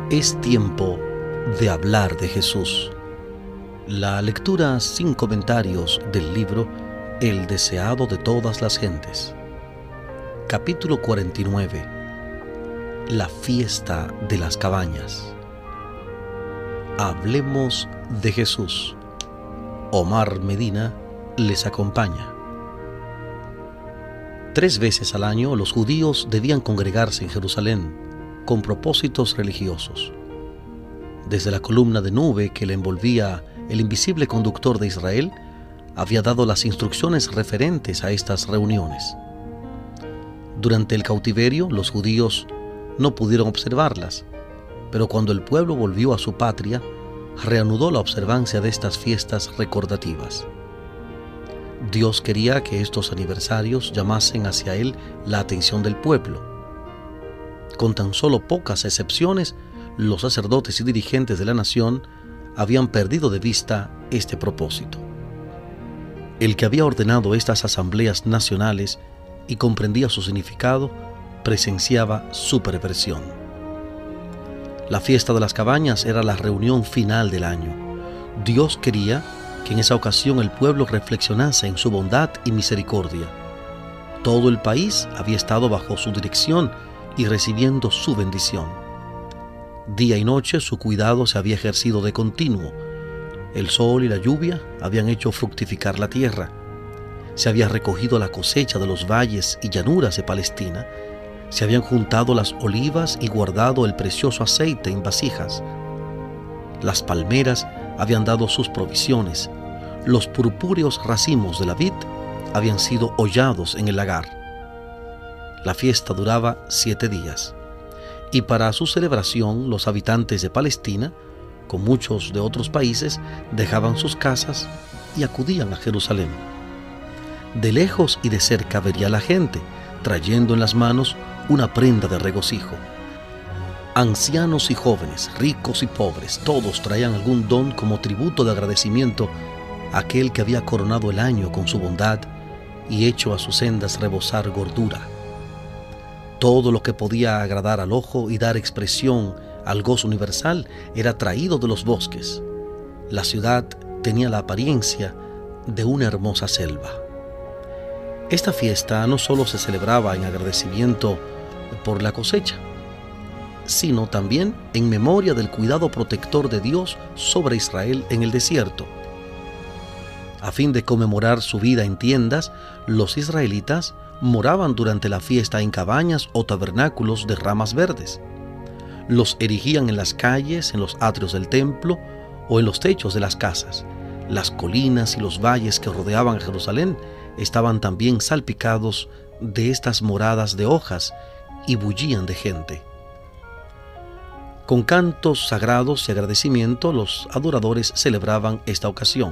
Es tiempo de hablar de Jesús. La lectura sin comentarios del libro El deseado de todas las gentes. Capítulo 49. La fiesta de las cabañas. Hablemos de Jesús. Omar Medina les acompaña. 3 veces al año los judíos debían congregarse en Jerusalén con propósitos religiosos. Desde la columna de nube que le envolvía el invisible conductor de Israel, había dado las instrucciones referentes a estas reuniones. Durante el cautiverio, los judíos no pudieron observarlas, pero cuando el pueblo volvió a su patria, reanudó la observancia de estas fiestas recordativas. Dios quería que estos aniversarios llamasen hacia Él la atención del pueblo. Con tan solo pocas excepciones, los sacerdotes y dirigentes de la nación habían perdido de vista este propósito. El que había ordenado estas asambleas nacionales y comprendía su significado, presenciaba su perversión. La fiesta de las cabañas era la reunión final del año. Dios quería que en esa ocasión el pueblo reflexionase en su bondad y misericordia. Todo el país había estado bajo su dirección y recibiendo su bendición. Día y noche su cuidado se había ejercido de continuo. El sol y la lluvia habían hecho fructificar la tierra. Se había recogido la cosecha de los valles y llanuras de Palestina. Se habían juntado las olivas y guardado el precioso aceite en vasijas. Las palmeras habían dado sus provisiones. Los purpúreos racimos de la vid habían sido hollados en el lagar. La fiesta duraba 7 días, y para su celebración los habitantes de Palestina, con muchos de otros países, dejaban sus casas y acudían a Jerusalén. De lejos y de cerca vería la gente, trayendo en las manos una prenda de regocijo. Ancianos y jóvenes, ricos y pobres, todos traían algún don como tributo de agradecimiento a aquel que había coronado el año con su bondad y hecho a sus sendas rebosar gordura. Todo lo que podía agradar al ojo y dar expresión al gozo universal era traído de los bosques. La ciudad tenía la apariencia de una hermosa selva. Esta fiesta no solo se celebraba en agradecimiento por la cosecha, sino también en memoria del cuidado protector de Dios sobre Israel en el desierto. A fin de conmemorar su vida en tiendas, los israelitas moraban durante la fiesta en cabañas o tabernáculos de ramas verdes. Los erigían en las calles, en los atrios del templo o en los techos de las casas. Las colinas y los valles que rodeaban a Jerusalén estaban también salpicados de estas moradas de hojas y bullían de gente. Con cantos sagrados y agradecimiento, los adoradores celebraban esta ocasión.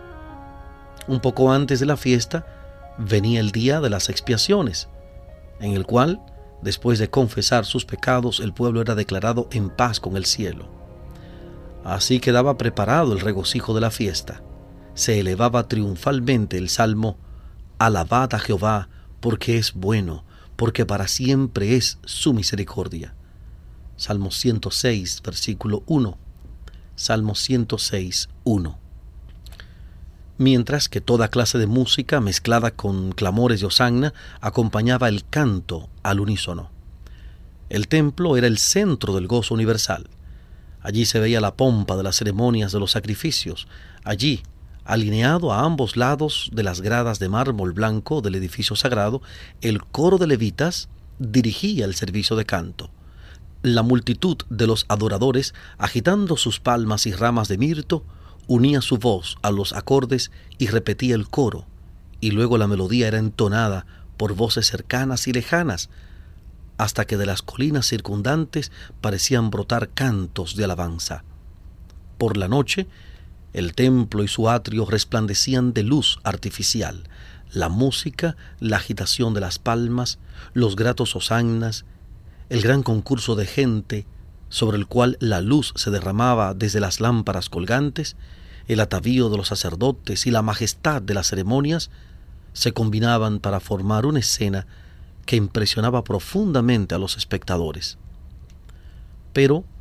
Un poco antes de la fiesta, venía el día de las expiaciones, en el cual, después de confesar sus pecados, el pueblo era declarado en paz con el cielo. Así quedaba preparado el regocijo de la fiesta. Se elevaba triunfalmente el salmo: Alabad a Jehová, porque es bueno, porque para siempre es su misericordia. Salmo 106, versículo 1. Salmo 106, 1. Mientras que toda clase de música mezclada con clamores de hosanna acompañaba el canto al unísono. El templo era el centro del gozo universal. Allí se veía la pompa de las ceremonias de los sacrificios. Allí, alineado a ambos lados de las gradas de mármol blanco del edificio sagrado, el coro de levitas dirigía el servicio de canto. La multitud de los adoradores, agitando sus palmas y ramas de mirto, unía su voz a los acordes y repetía el coro, y luego la melodía era entonada por voces cercanas y lejanas, hasta que de las colinas circundantes parecían brotar cantos de alabanza. Por la noche, el templo y su atrio resplandecían de luz artificial. La música, la agitación de las palmas, los gratos hosannas, el gran concurso de gente sobre el cual la luz se derramaba desde las lámparas colgantes, el atavío de los sacerdotes y la majestad de las ceremonias se combinaban para formar una escena que impresionaba profundamente a los espectadores. Pero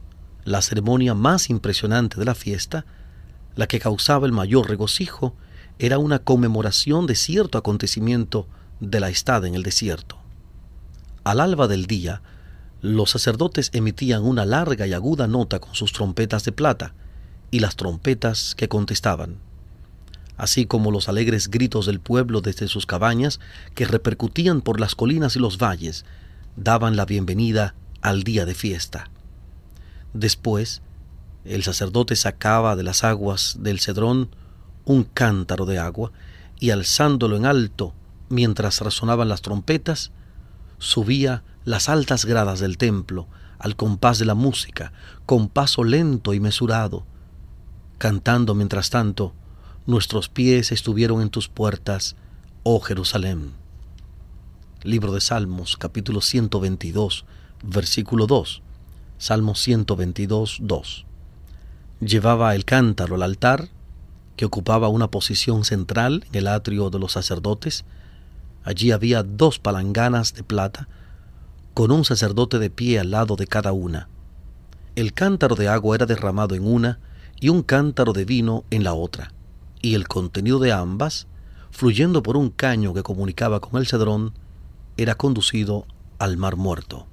La ceremonia más impresionante de la fiesta, la que causaba el mayor regocijo, era una conmemoración de cierto acontecimiento de la estada en el desierto. Al alba del día, los sacerdotes emitían una larga y aguda nota con sus trompetas de plata y las trompetas que contestaban, así como los alegres gritos del pueblo desde sus cabañas que repercutían por las colinas y los valles, daban la bienvenida al día de fiesta. Después, el sacerdote sacaba de las aguas del Cedrón un cántaro de agua y, alzándolo en alto mientras resonaban las trompetas, subía las altas gradas del templo al compás de la música, con paso lento y mesurado, cantando mientras tanto: nuestros pies estuvieron en tus puertas, oh Jerusalén. Libro de Salmos, capítulo 122, versículo 2. Salmo 122, 2. Llevaba el cántaro al altar, que ocupaba una posición central en el atrio de los sacerdotes. Allí había 2 palanganas de plata, con un sacerdote de pie al lado de cada una. El cántaro de agua era derramado en una y un cántaro de vino en la otra, y el contenido de ambas, fluyendo por un caño que comunicaba con el Cedrón, era conducido al Mar Muerto.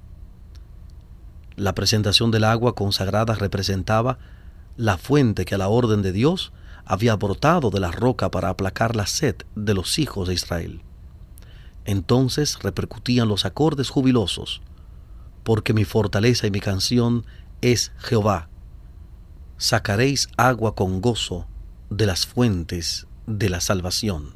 La presentación del agua consagrada representaba la fuente que a la orden de Dios había brotado de la roca para aplacar la sed de los hijos de Israel. Entonces repercutían los acordes jubilosos: porque mi fortaleza y mi canción es Jehová. Sacaréis agua con gozo de las fuentes de la salvación.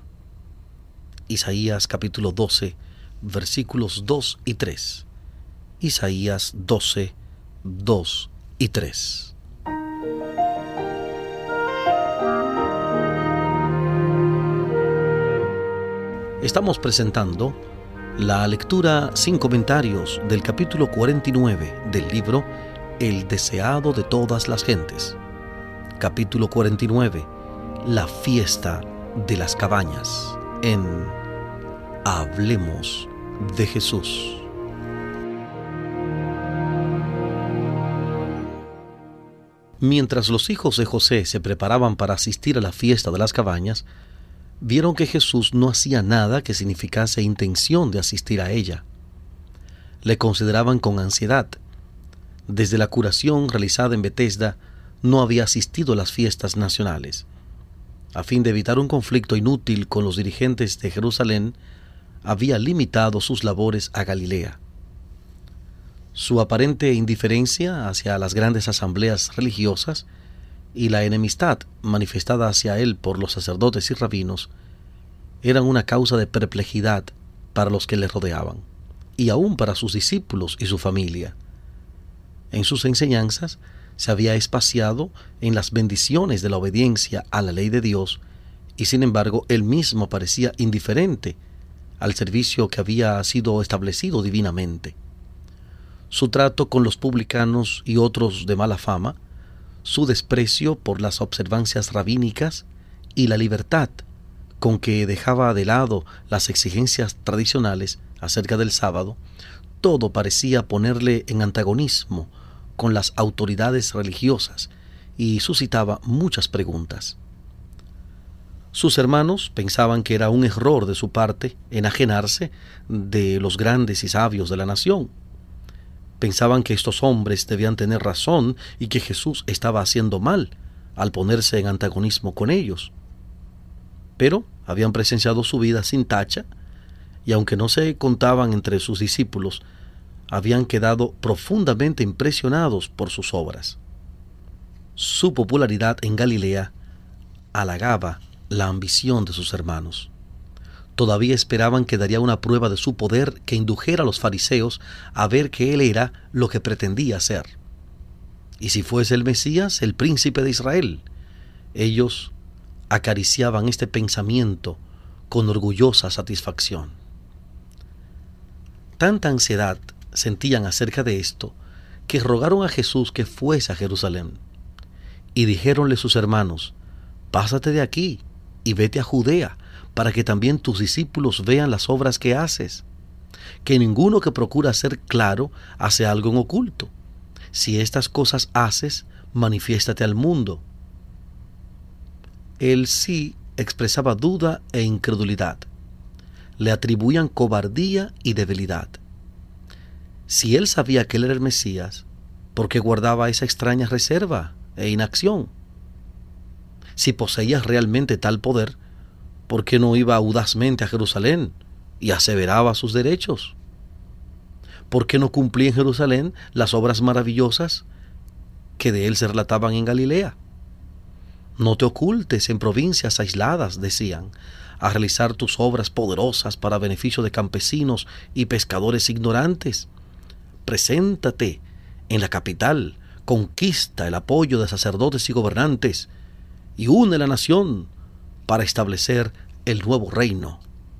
Isaías capítulo 12, versículos 2 y 3. Isaías 12, 2 y 3. Estamos presentando la lectura sin comentarios del capítulo 49 del libro El deseado de todas las gentes. Capítulo 49, la fiesta de las cabañas, en Hablemos de Jesús. Mientras los hijos de José se preparaban para asistir a la fiesta de las cabañas, vieron que Jesús no hacía nada que significase intención de asistir a ella. Le consideraban con ansiedad. Desde la curación realizada en Betesda, no había asistido a las fiestas nacionales. A fin de evitar un conflicto inútil con los dirigentes de Jerusalén, había limitado sus labores a Galilea. Su aparente indiferencia hacia las grandes asambleas religiosas y la enemistad manifestada hacia él por los sacerdotes y rabinos eran una causa de perplejidad para los que le rodeaban, y aún para sus discípulos y su familia. En sus enseñanzas se había espaciado en las bendiciones de la obediencia a la ley de Dios, y sin embargo él mismo parecía indiferente al servicio que había sido establecido divinamente. Su trato con los publicanos y otros de mala fama, su desprecio por las observancias rabínicas y la libertad con que dejaba de lado las exigencias tradicionales acerca del sábado, todo parecía ponerle en antagonismo con las autoridades religiosas y suscitaba muchas preguntas. Sus hermanos pensaban que era un error de su parte enajenarse de los grandes y sabios de la nación. Pensaban que estos hombres debían tener razón y que Jesús estaba haciendo mal al ponerse en antagonismo con ellos. Pero habían presenciado su vida sin tacha, y aunque no se contaban entre sus discípulos, habían quedado profundamente impresionados por sus obras. Su popularidad en Galilea halagaba la ambición de sus hermanos. Todavía esperaban que daría una prueba de su poder que indujera a los fariseos a ver que él era lo que pretendía ser. Y si fuese el Mesías, el príncipe de Israel, ellos acariciaban este pensamiento con orgullosa satisfacción. Tanta ansiedad sentían acerca de esto que rogaron a Jesús que fuese a Jerusalén. Y dijéronle sus hermanos: pásate de aquí y vete a Judea, para que también tus discípulos vean las obras que haces. Que ninguno que procura ser claro hace algo en oculto. Si estas cosas haces, manifiéstate al mundo. El sí expresaba duda e incredulidad. Le atribuían cobardía y debilidad. Si él sabía que él era el Mesías, ¿por qué guardaba esa extraña reserva e inacción? Si poseía realmente tal poder, ¿por qué no iba audazmente a Jerusalén y aseveraba sus derechos? ¿Por qué no cumplía en Jerusalén las obras maravillosas que de él se relataban en Galilea? No te ocultes en provincias aisladas, decían, a realizar tus obras poderosas para beneficio de campesinos y pescadores ignorantes. Preséntate en la capital, conquista el apoyo de sacerdotes y gobernantes y une la nación para establecer el nuevo reino.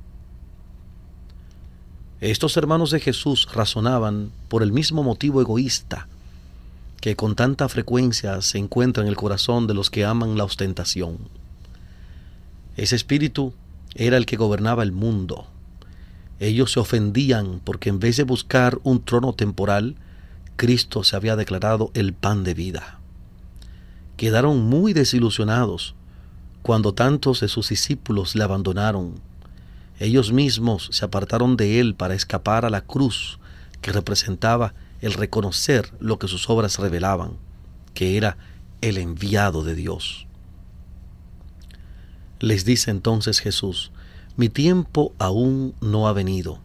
Estos hermanos de Jesús razonaban por el mismo motivo egoísta que con tanta frecuencia se encuentra en el corazón de los que aman la ostentación. Ese espíritu era el que gobernaba el mundo. Ellos se ofendían porque en vez de buscar un trono temporal, Cristo se había declarado el pan de vida. Quedaron muy desilusionados cuando tantos de sus discípulos le abandonaron. Ellos mismos se apartaron de él para escapar a la cruz que representaba el reconocer lo que sus obras revelaban, que era el enviado de Dios. Les dice entonces Jesús: mi tiempo aún no ha venido,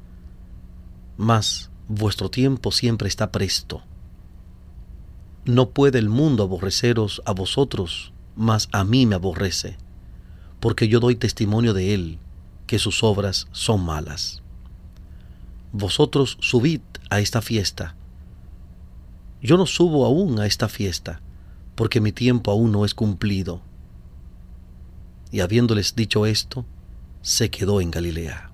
mas vuestro tiempo siempre está presto. No puede el mundo aborreceros a vosotros, mas a mí me aborrece, porque yo doy testimonio de él, que sus obras son malas. Vosotros subid a esta fiesta. Yo no subo aún a esta fiesta, porque mi tiempo aún no es cumplido. Y habiéndoles dicho esto, se quedó en Galilea.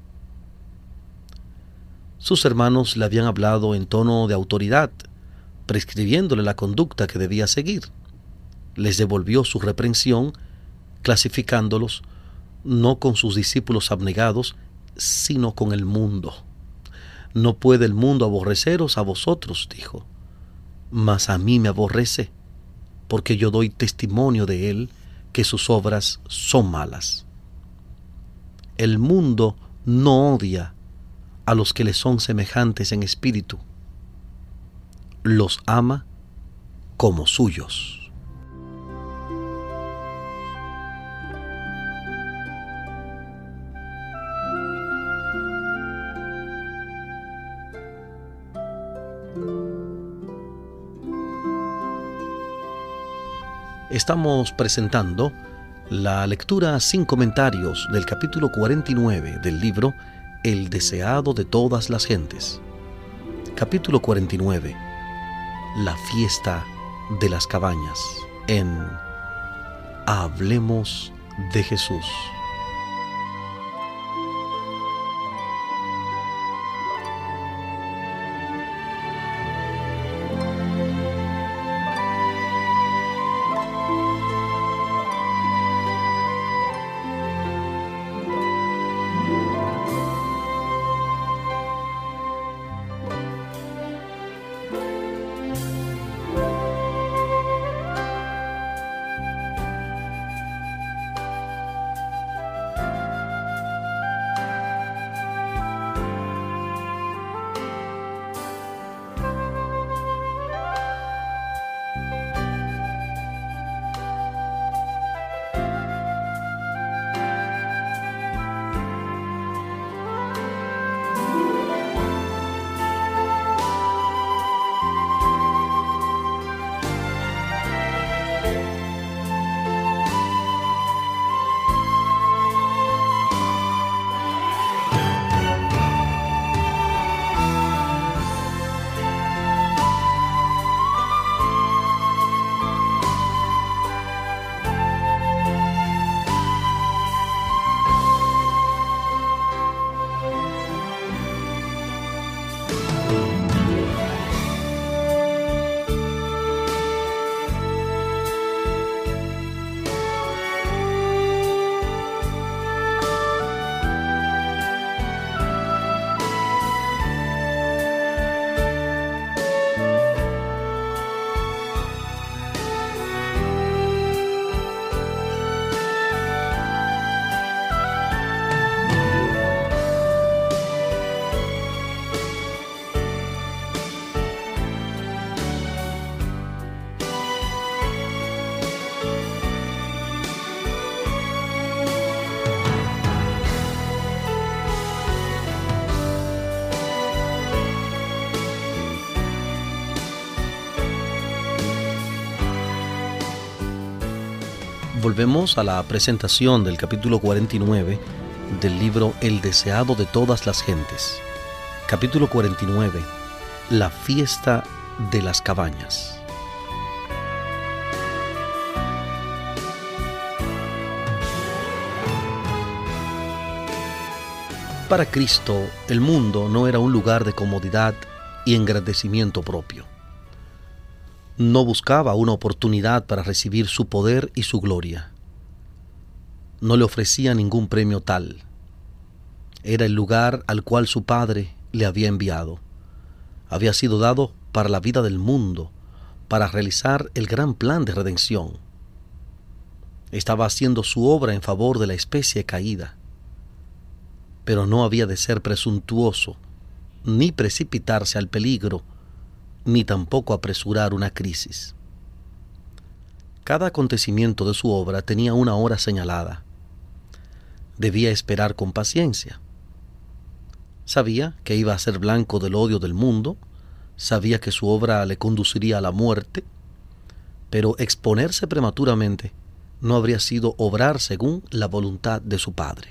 Sus hermanos le habían hablado en tono de autoridad, prescribiéndole la conducta que debía seguir. Les devolvió su reprensión, clasificándolos no con sus discípulos abnegados, sino con el mundo. No puede el mundo aborreceros a vosotros, dijo, mas a mí me aborrece, porque yo doy testimonio de él que sus obras son malas. El mundo no odia a los que le son semejantes en espíritu, los ama como suyos. Estamos presentando la lectura sin comentarios del capítulo 49 del libro El deseado de todas las gentes. Capítulo 49. La fiesta de las cabañas, en Hablemos de Jesús. Volvemos a la presentación del capítulo 49 del libro El deseado de todas las gentes. Capítulo 49. La fiesta de las cabañas. Para Cristo, el mundo no era un lugar de comodidad y engrandecimiento propio. No buscaba una oportunidad para recibir su poder y su gloria. No le ofrecía ningún premio tal. Era el lugar al cual su Padre le había enviado. Había sido dado para la vida del mundo, para realizar el gran plan de redención. Estaba haciendo su obra en favor de la especie caída. Pero no había de ser presuntuoso, ni precipitarse al peligro, ni tampoco apresurar una crisis. Cada acontecimiento de su obra tenía una hora señalada. Debía esperar con paciencia. Sabía que iba a ser blanco del odio del mundo, sabía que su obra le conduciría a la muerte, pero exponerse prematuramente no habría sido obrar según la voluntad de su Padre.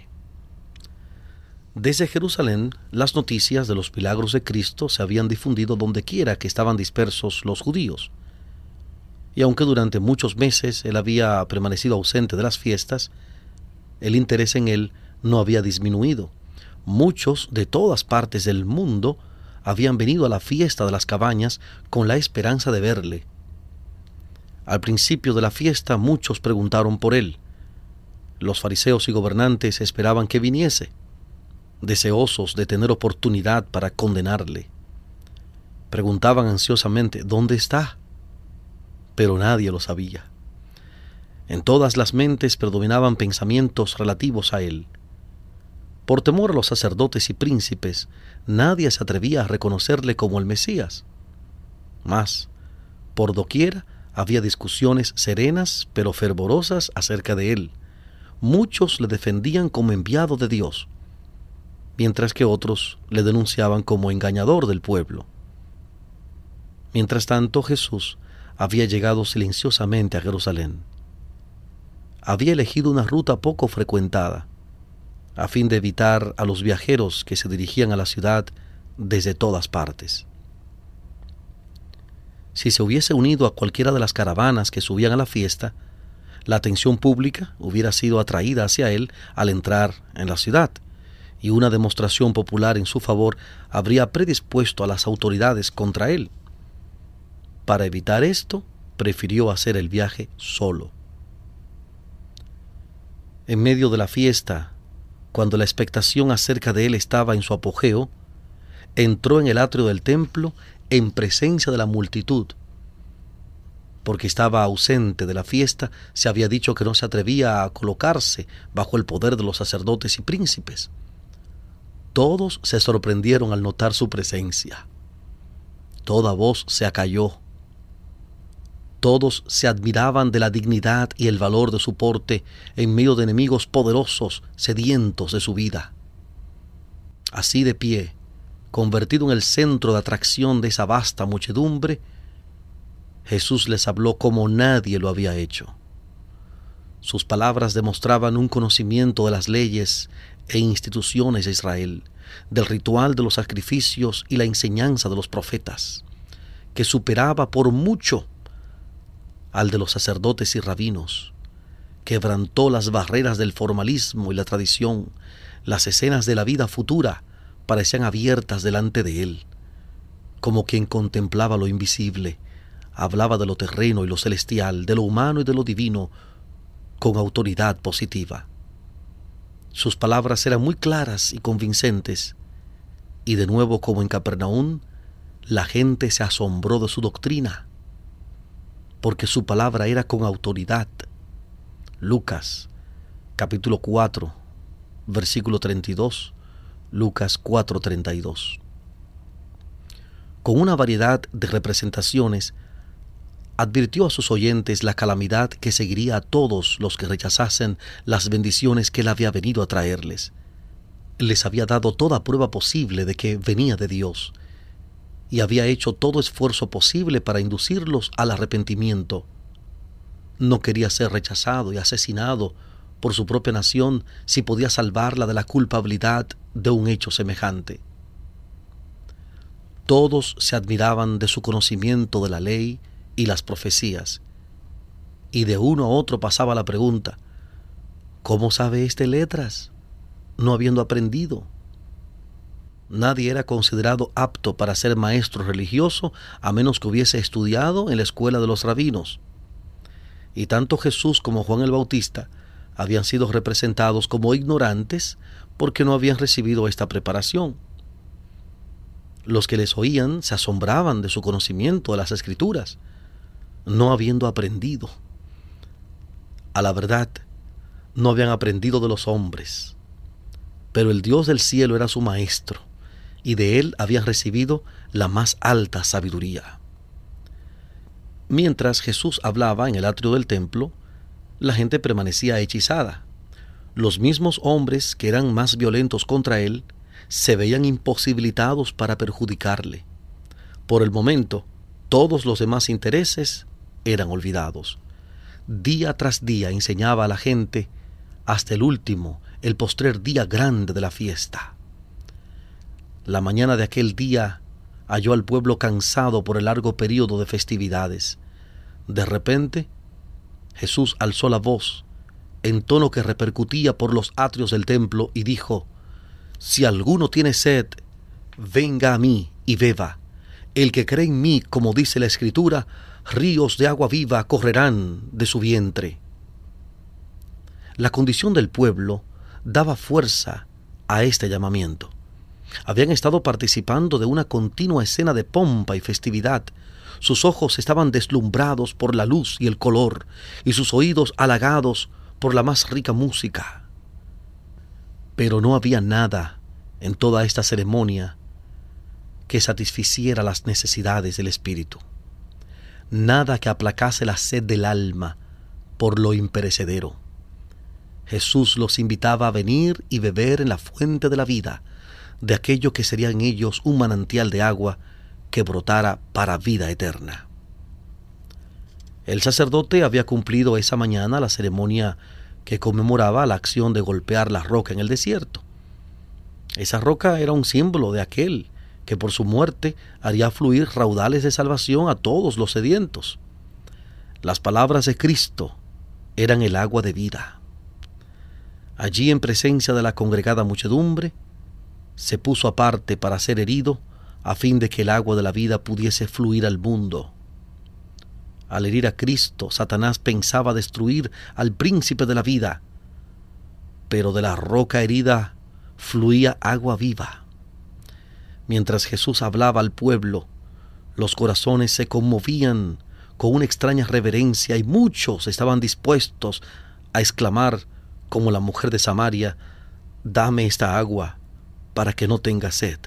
Desde Jerusalén, las noticias de los milagros de Cristo se habían difundido dondequiera que estaban dispersos los judíos. Y aunque durante muchos meses él había permanecido ausente de las fiestas, el interés en él no había disminuido. Muchos de todas partes del mundo habían venido a la fiesta de las cabañas con la esperanza de verle. Al principio de la fiesta muchos preguntaron por él. Los fariseos y gobernantes esperaban que viniese, deseosos de tener oportunidad para condenarle. Preguntaban ansiosamente, ¿dónde está? Pero nadie lo sabía. En todas las mentes predominaban pensamientos relativos a él. Por temor a los sacerdotes y príncipes, nadie se atrevía a reconocerle como el Mesías. Mas, por doquiera había discusiones serenas pero fervorosas acerca de él. Muchos le defendían como enviado de Dios, mientras que otros le denunciaban como engañador del pueblo. Mientras tanto, Jesús había llegado silenciosamente a Jerusalén. Había elegido una ruta poco frecuentada, a fin de evitar a los viajeros que se dirigían a la ciudad desde todas partes. Si se hubiese unido a cualquiera de las caravanas que subían a la fiesta, la atención pública hubiera sido atraída hacia él al entrar en la ciudad, y una demostración popular en su favor habría predispuesto a las autoridades contra él. Para evitar esto, prefirió hacer el viaje solo. En medio de la fiesta, cuando la expectación acerca de él estaba en su apogeo, entró en el atrio del templo en presencia de la multitud. Porque estaba ausente de la fiesta, se había dicho que no se atrevía a colocarse bajo el poder de los sacerdotes y príncipes. Todos se sorprendieron al notar su presencia. Toda voz se acalló. Todos se admiraban de la dignidad y el valor de su porte en medio de enemigos poderosos, sedientos de su vida. Así de pie, convertido en el centro de atracción de esa vasta muchedumbre, Jesús les habló como nadie lo había hecho. Sus palabras demostraban un conocimiento de las leyes e instituciones de Israel, del ritual de los sacrificios y la enseñanza de los profetas, que superaba por mucho al de los sacerdotes y rabinos. Quebrantó las barreras del formalismo y la tradición. Las escenas de la vida futura parecían abiertas delante de él, como quien contemplaba lo invisible. Hablaba de lo terreno y lo celestial, de lo humano y de lo divino, con autoridad positiva. Sus palabras eran muy claras y convincentes, y de nuevo, como en Capernaum, la gente se asombró de su doctrina, porque su palabra era con autoridad. Lucas, capítulo 4, versículo 32, Lucas 4:32. Con una variedad de representaciones, advirtió a sus oyentes la calamidad que seguiría a todos los que rechazasen las bendiciones que él había venido a traerles. Les había dado toda prueba posible de que venía de Dios, y había hecho todo esfuerzo posible para inducirlos al arrepentimiento. No quería ser rechazado y asesinado por su propia nación si podía salvarla de la culpabilidad de un hecho semejante. Todos se admiraban de su conocimiento de la ley y las profecías, y de uno a otro pasaba la pregunta: ¿cómo sabe este letras, no habiendo aprendido? Nadie era considerado apto para ser maestro religioso a menos que hubiese estudiado en la escuela de los rabinos. Y tanto Jesús como Juan el Bautista habían sido representados como ignorantes porque no habían recibido esta preparación. Los que les oían se asombraban de su conocimiento de las Escrituras, no habiendo aprendido. A la verdad, no habían aprendido de los hombres, pero el Dios del cielo era su maestro, y de él habían recibido la más alta sabiduría. Mientras Jesús hablaba en el atrio del templo, la gente permanecía hechizada. Los mismos hombres que eran más violentos contra él se veían imposibilitados para perjudicarle. Por el momento, todos los demás intereses eran olvidados. Día tras día enseñaba a la gente hasta el último, el postrer día grande de la fiesta. La mañana de aquel día halló al pueblo cansado por el largo período de festividades. De repente, Jesús alzó la voz en tono que repercutía por los atrios del templo y dijo: «Si alguno tiene sed, venga a mí y beba. El que cree en mí, como dice la Escritura, ríos de agua viva correrán de su vientre». La condición del pueblo daba fuerza a este llamamiento. Habían estado participando de una continua escena de pompa y festividad. Sus ojos estaban deslumbrados por la luz y el color, y sus oídos halagados por la más rica música. Pero no había nada en toda esta ceremonia que satisficiera las necesidades del espíritu. Nada que aplacase la sed del alma por lo imperecedero. Jesús los invitaba a venir y beber en la fuente de la vida, de aquello que sería en ellos un manantial de agua que brotara para vida eterna. El sacerdote había cumplido esa mañana la ceremonia que conmemoraba la acción de golpear la roca en el desierto. Esa roca era un símbolo de aquel que por su muerte haría fluir raudales de salvación a todos los sedientos. Las palabras de Cristo eran el agua de vida. Allí, en presencia de la congregada muchedumbre, se puso aparte para ser herido, a fin de que el agua de la vida pudiese fluir al mundo. Al herir a Cristo, Satanás pensaba destruir al príncipe de la vida, pero de la roca herida fluía agua viva. Mientras Jesús hablaba al pueblo, los corazones se conmovían con una extraña reverencia y muchos estaban dispuestos a exclamar, como la mujer de Samaria: «Dame esta agua para que no tenga sed».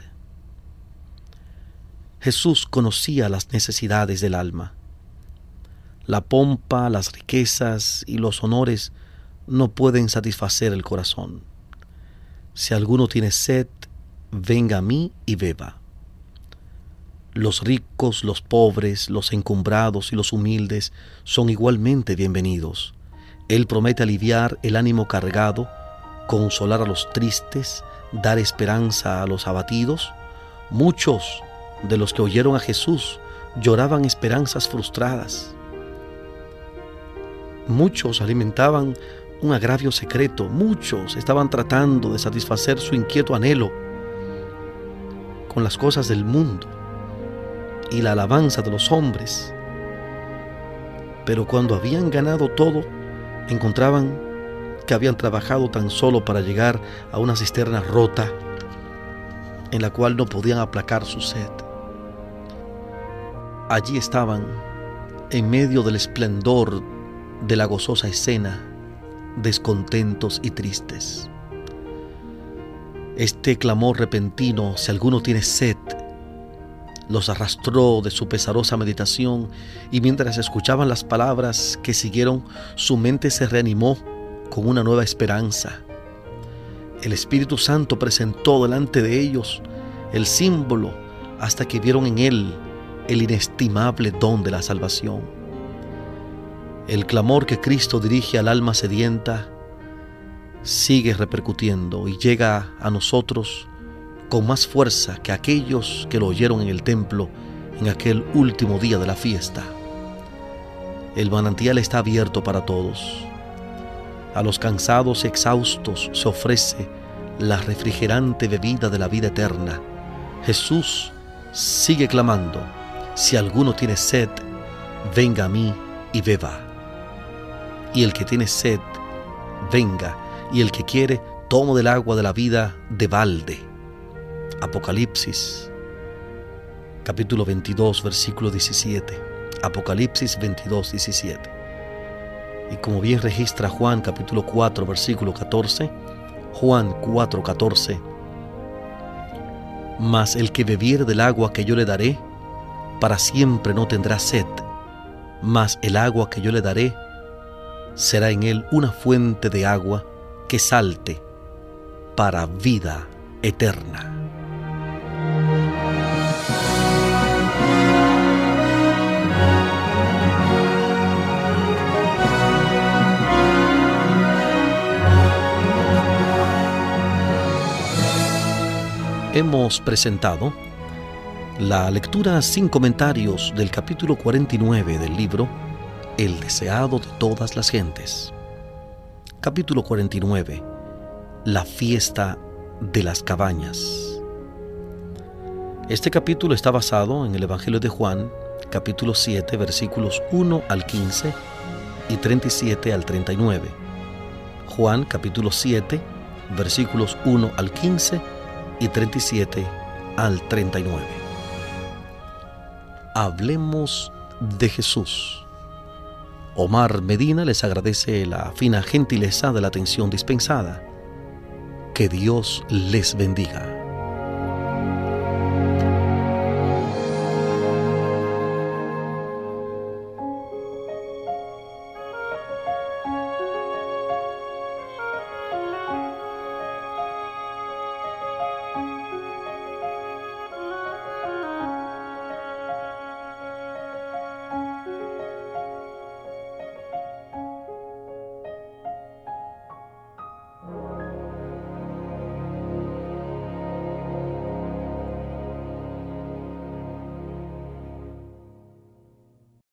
Jesús conocía las necesidades del alma. La pompa, las riquezas y los honores no pueden satisfacer el corazón. Si alguno tiene sed, venga a mí y beba. Los ricos, los pobres, los encumbrados y los humildes son igualmente bienvenidos. Él promete aliviar el ánimo cargado, consolar a los tristes, dar esperanza a los abatidos. Muchos de los que oyeron a Jesús lloraban esperanzas frustradas. Muchos alimentaban un agravio secreto. Muchos estaban tratando de satisfacer su inquieto anhelo con las cosas del mundo y la alabanza de los hombres. Pero cuando habían ganado todo, encontraban que habían trabajado tan solo para llegar a una cisterna rota en la cual no podían aplacar su sed. Allí estaban, en medio del esplendor de la gozosa escena, descontentos y tristes. Este clamor repentino: «Si alguno tiene sed», los arrastró de su pesarosa meditación, y mientras escuchaban las palabras que siguieron, su mente se reanimó con una nueva esperanza. El Espíritu Santo presentó delante de ellos el símbolo hasta que vieron en él el inestimable don de la salvación. El clamor que Cristo dirige al alma sedienta sigue repercutiendo y llega a nosotros con más fuerza que aquellos que lo oyeron en el templo en aquel último día de la fiesta. El manantial está abierto para todos. A los cansados y exhaustos se ofrece la refrigerante bebida de la vida eterna. Jesús sigue clamando: si alguno tiene sed, venga a mí y beba. Y el que tiene sed, venga, y el que quiere, tome del agua de la vida de balde. Apocalipsis, capítulo 22, versículo 17. Apocalipsis 22, 17. Y como bien registra Juan, capítulo 4, versículo 14, Juan 4, 14. Mas el que bebiere del agua que yo le daré, para siempre no tendrá sed, mas el agua que yo le daré será en él una fuente de agua que salte para vida eterna. Hemos presentado la lectura sin comentarios del capítulo 49 del libro El deseado de todas las gentes. Capítulo 49. La fiesta de las cabañas. Este capítulo está basado en el Evangelio de Juan, capítulo 7, versículos 1 al 15 y 37 al 39. Juan, capítulo 7, versículos 1 al 15 y 37 al 39. Hablemos de Jesús. Omar Medina les agradece la fina gentileza de la atención dispensada. Que Dios les bendiga.